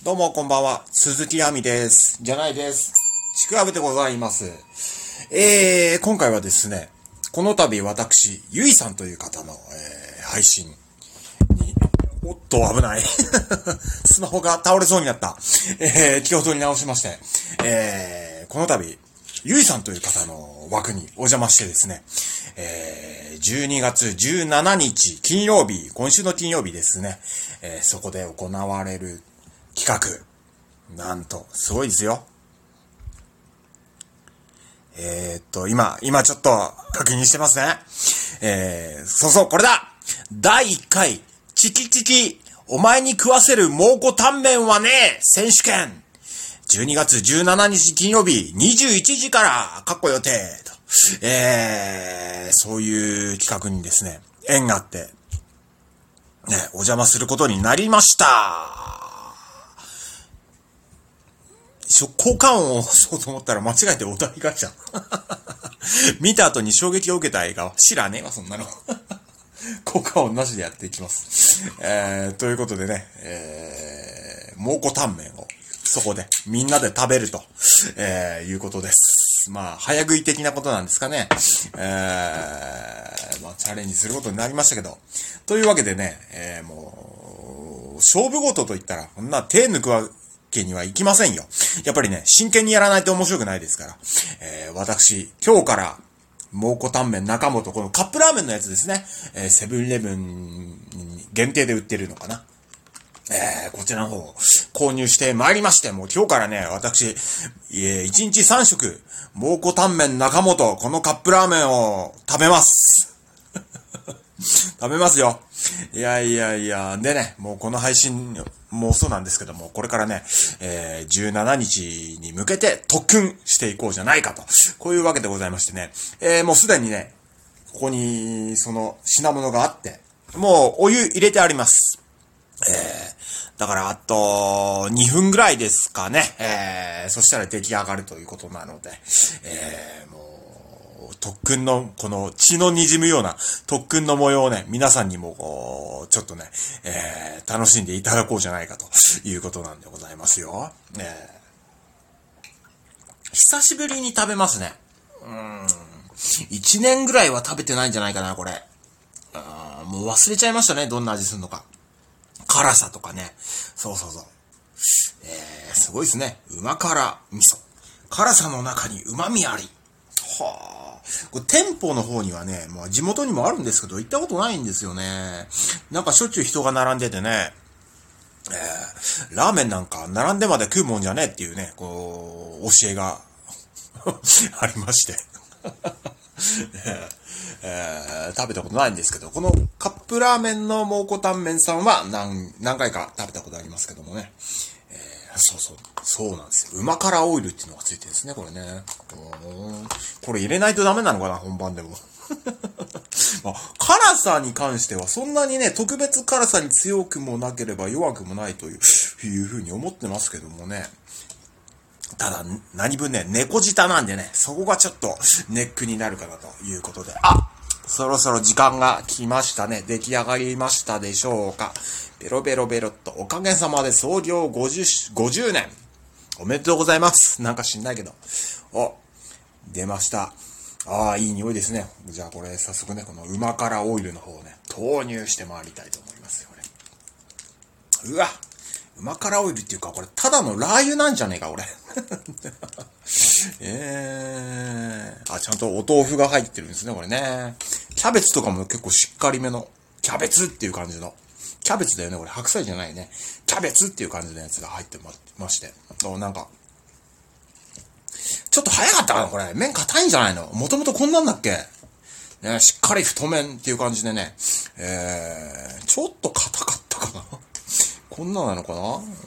どうもこんばんは、鈴木亜美です。じゃないです。ちくわぶでございます。今回はですね、この度私、ゆいさんという方の、配信に、おっと危ない。スマホが倒れそうになった。気を取り直しまして、この度、ゆいさんという方の枠にお邪魔してですね、12月17日金曜日、今週の金曜日ですね、そこで行われる企画、なんと、すごいですよ。今ちょっと確認してますね。そう、これだ！第1回、チキチキ、お前に食わせる蒙古タンメンはねえ選手権。12月17日金曜日、21時から、予定と。そういう企画にですね、縁があって、ね、お邪魔することになりました。効果音をそうと思ったら間違えてお題ガチャ。見た後に衝撃を受けた映画は知らねえわ、そんなの。効果音なしでやっていきます。ということでね、蒙古タンメンをそこでみんなで食べると、いうことです。まあ、早食い的なことなんですかね。まあ、チャレンジすることになりましたけど。というわけでね、もう、勝負事といったら、こんな手抜くわけにはいきませんよ。やっぱりね、真剣にやらないと面白くないですから。私、今日から、蒙古タンメン中本、このカップラーメンのやつですね。セブンイレブン限定で売ってるのかな。こちらの方を購入してまいりまして、もう今日からね、私、1日3食、蒙古タンメン中本、このカップラーメンを食べます。食べますよ。いや、でね、もうこの配信もそうなんですけども、これからね、17日に向けて特訓していこうじゃないかと。こういうわけでございましてね、もうすでにね、ここにその品物があって、もうお湯入れてあります。だからあと2分ぐらいですかね。そしたら出来上がるということなので、もう特訓のこの血の滲むような特訓の模様をね、皆さんにもちょっとね、楽しんでいただこうじゃないかということなんでございますよ。久しぶりに食べますね。1年ぐらいは食べてないんじゃないかな、これ。もう忘れちゃいましたね、どんな味するのか。辛さとかね。そう。すごいですね。旨辛味噌。辛さの中に旨味あり。はぁ。これ店舗の方にはね、まあ地元にもあるんですけど、行ったことないんですよね。なんかしょっちゅう人が並んでてね、ラーメンなんか並んでまで食うもんじゃねえっていうね、こう、教えがありまして。食べたことないんですけど、このカップラーメンの蒙古タンメンさんは何回か食べたことありますけどもね。そうなんですよ。旨辛オイルっていうのがついてるんですね、これね。これ入れないとダメなのかな、本番でも。まあ、辛さに関してはそんなにね、特別辛さに強くもなければ弱くもないというふうに思ってますけどもね。ただ、何分ね、猫舌なんでね、そこがちょっとネックになるかなということで。そろそろ時間が来ましたね。出来上がりましたでしょうか。ベロっと、おかげさまで創業50年。おめでとうございます。なんか知んないけど。出ました。いい匂いですね。じゃあこれ早速ね、この旨辛オイルの方をね、投入してまいりたいと思いますよ、これ。うわ、旨辛オイルっていうか、これただのラー油なんじゃねえか、俺。ちゃんとお豆腐が入ってるんですね、これね。キャベツとかも結構しっかりめの、キャベツっていう感じの。キャベツだよね、これ白菜じゃないね。キャベツっていう感じのやつが入ってまして。なんか、ちょっと早かったかな、これ。麺硬いんじゃないの？もともとこんなんだっけ？ね、しっかり太麺っていう感じでね。ちょっと硬かったかな。こんなのかな？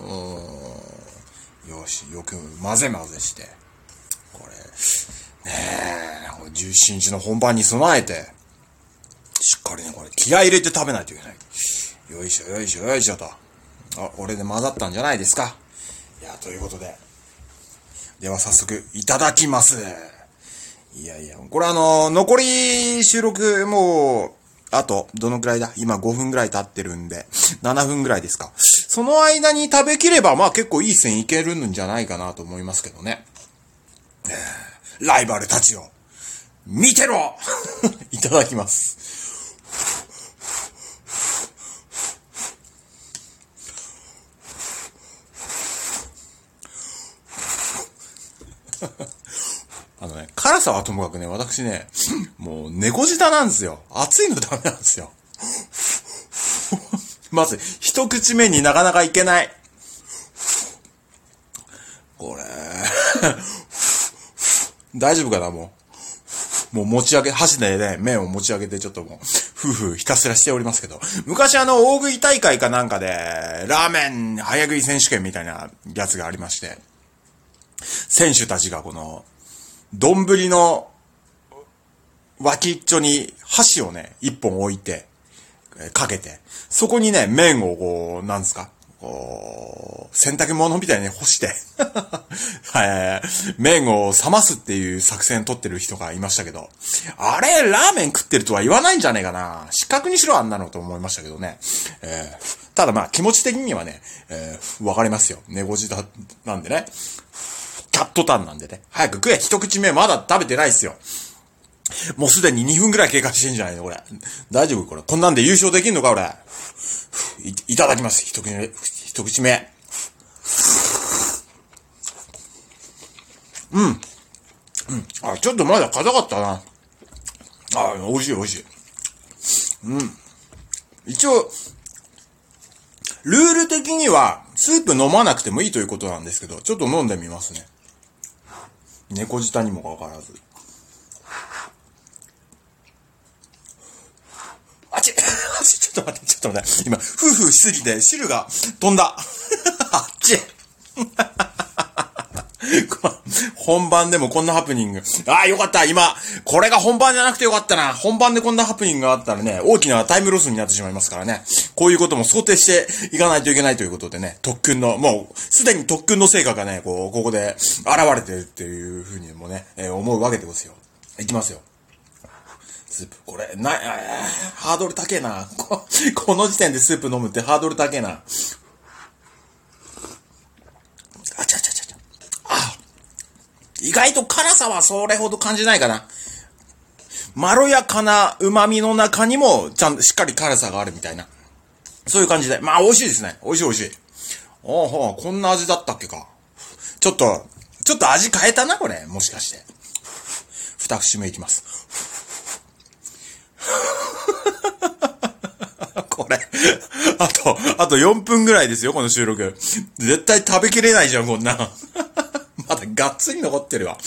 よし、よく混ぜして。これ、17日の本番に備えて、しっかりね、これ気合い入れて食べないといけない。よいしょと。これで混ざったんじゃないですか。いや、ということで。では早速、いただきます。これ残り収録もう、 あと、どのくらいだ？今5分くらい経ってるんで、7分くらいですか。その間に食べきれば、まあ結構いい線いけるんじゃないかなと思いますけどね。ライバルたちを、見てろいただきます。辛さはともかくね、私ね、もう猫舌なんですよ。熱いのダメなんですよ。まず、一口目になかなかいけない。これ、大丈夫かな、もう持ち上げ、箸でね、麺を持ち上げてちょっともう、ひたすらしておりますけど。昔大食い大会かなんかで、ラーメン早食い選手権みたいなやつがありまして、選手たちがこの、丼の脇っちょに箸をね、一本置いて、かけて、そこにね、麺をこう、なんですか、こう、洗濯物みたいに干して、麺を冷ますっていう作戦取ってる人がいましたけど、あれ、ラーメン食ってるとは言わないんじゃねえかな。失格にしろあんなのと思いましたけどね。ただまあ気持ち的にはね、わかりますよ。猫舌なんでね。キャットタンなんでね。早く食え、一口目まだ食べてないっすよ。もうすでに2分くらい経過してんじゃないのこれ。大丈夫これ。こんなんで優勝できんのか俺。いただきます。一口目。あ、ちょっとまだ硬かったな。あ、美味しい。一応、ルール的には、スープ飲まなくてもいいということなんですけど、ちょっと飲んでみますね。猫舌にもかかわらず。ちょっと待って。今、フーフーしすぎて、汁が飛んだ。あっち。本番でもこんなハプニング。ああ、よかった。今、これが本番じゃなくてよかったな。本番でこんなハプニングがあったらね、大きなタイムロスになってしまいますからね。こういうことも想定していかないといけないということでね、特訓の、もう、すでに特訓の成果がね、ここで現れてるっていうふうにもね、思うわけでございますよ。いきますよ。スープ、これ、ハードル高えな。この時点でスープ飲むってハードル高えな。意外と辛さはそれほど感じないかな。まろやかな旨味の中にも、ちゃんとしっかり辛さがあるみたいな。そういう感じで。まあ、美味しいですね。美味しい。こんな味だったっけか。ちょっと味変えたな、これ。もしかして。二口目いきます。これ。あと4分ぐらいですよ、この収録。絶対食べきれないじゃん、こんな。まだがっつり残ってるわ。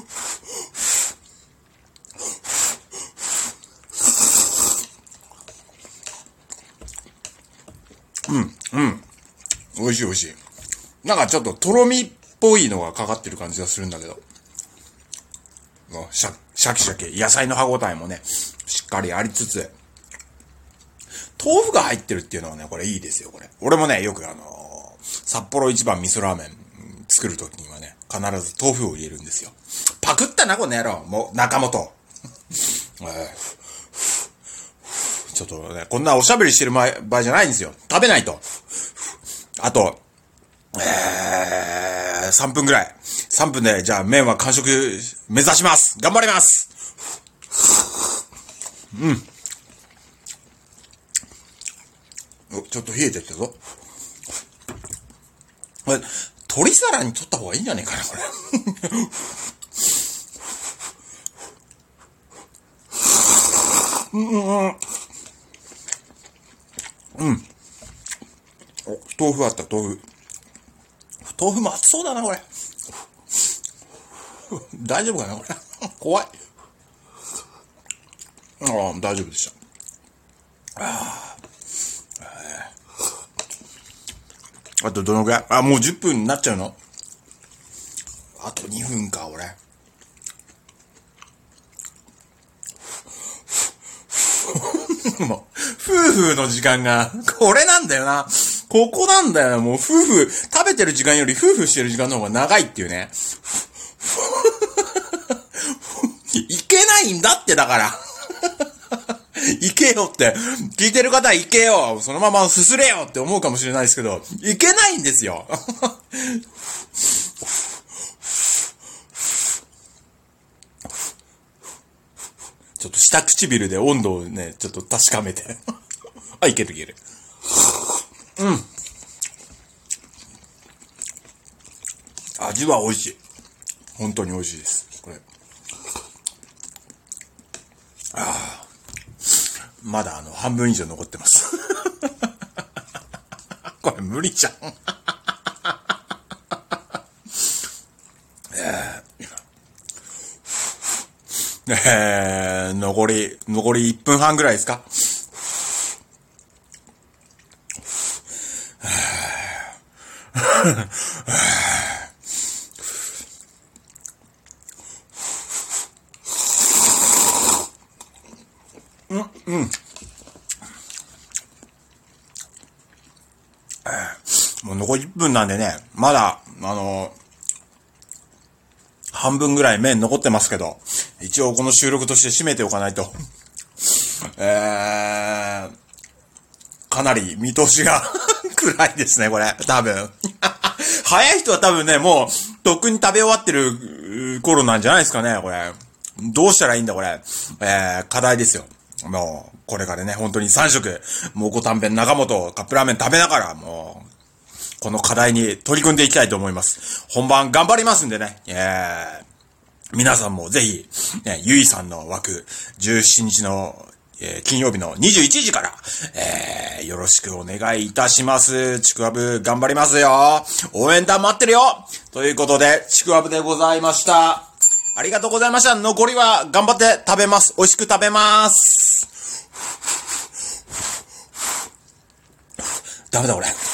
美味しい。なんかちょっととろみっぽいのがかかってる感じがするんだけど。シャキシャキ。野菜の歯応えもね、しっかりありつつ、豆腐が入ってるっていうのはね、これいいですよ、これ。俺もね、よく札幌一番味噌ラーメン作るときにはね、必ず豆腐を入れるんですよ。パクったな、この野郎。もう、中本。ちょっとね、こんなおしゃべりしてる場合じゃないんですよ。食べないと。あと、3分ぐらい。3分で、じゃあ麺は完食目指します。頑張ります。ちょっと冷えてったぞ。これ、取り皿に取った方がいいんじゃねえかな、これ。豆腐あった、豆腐。豆腐も熱そうだな、これ。大丈夫かな、これ。怖い。大丈夫でした。あとどのくらい？もう10分になっちゃうの？あと2分か、俺。もう、夫婦の時間が、これなんだよな。ここなんだよな。もう食べてる時間より夫婦してる時間の方が長いっていうね。いけないんだってだから。いけけよって、聞いてる方はいけよ、そのまますすれよって思うかもしれないですけど、いけないんですよ。ちょっと下唇で温度をね、ちょっと確かめて。あ、いけるいける。うん。味は美味しい。本当に美味しいです。これ。まだ半分以上残ってます。これ無理じゃん。残り1分半ぐらいですか。もう残り1分なんでね、まだ、半分ぐらい麺残ってますけど、一応この収録として締めておかないと、かなり見通しが暗いですね、これ。多分。早い人は多分ね、もう、とっくに食べ終わってる頃なんじゃないですかね、これ。どうしたらいいんだ、これ。課題ですよ。もう、これからね、本当に3食、蒙古タンメン中本、カップラーメン食べながら、もう、この課題に取り組んでいきたいと思います。本番頑張りますんでね。皆さんもぜひ、ね、ゆいさんの枠、17日の、金曜日の21時から、よろしくお願いいたします。ちくわぶ頑張りますよ。応援団待ってるよ。ということで、ちくわぶでございました。ありがとうございました。残りは頑張って食べます。美味しく食べます。ダメだ俺。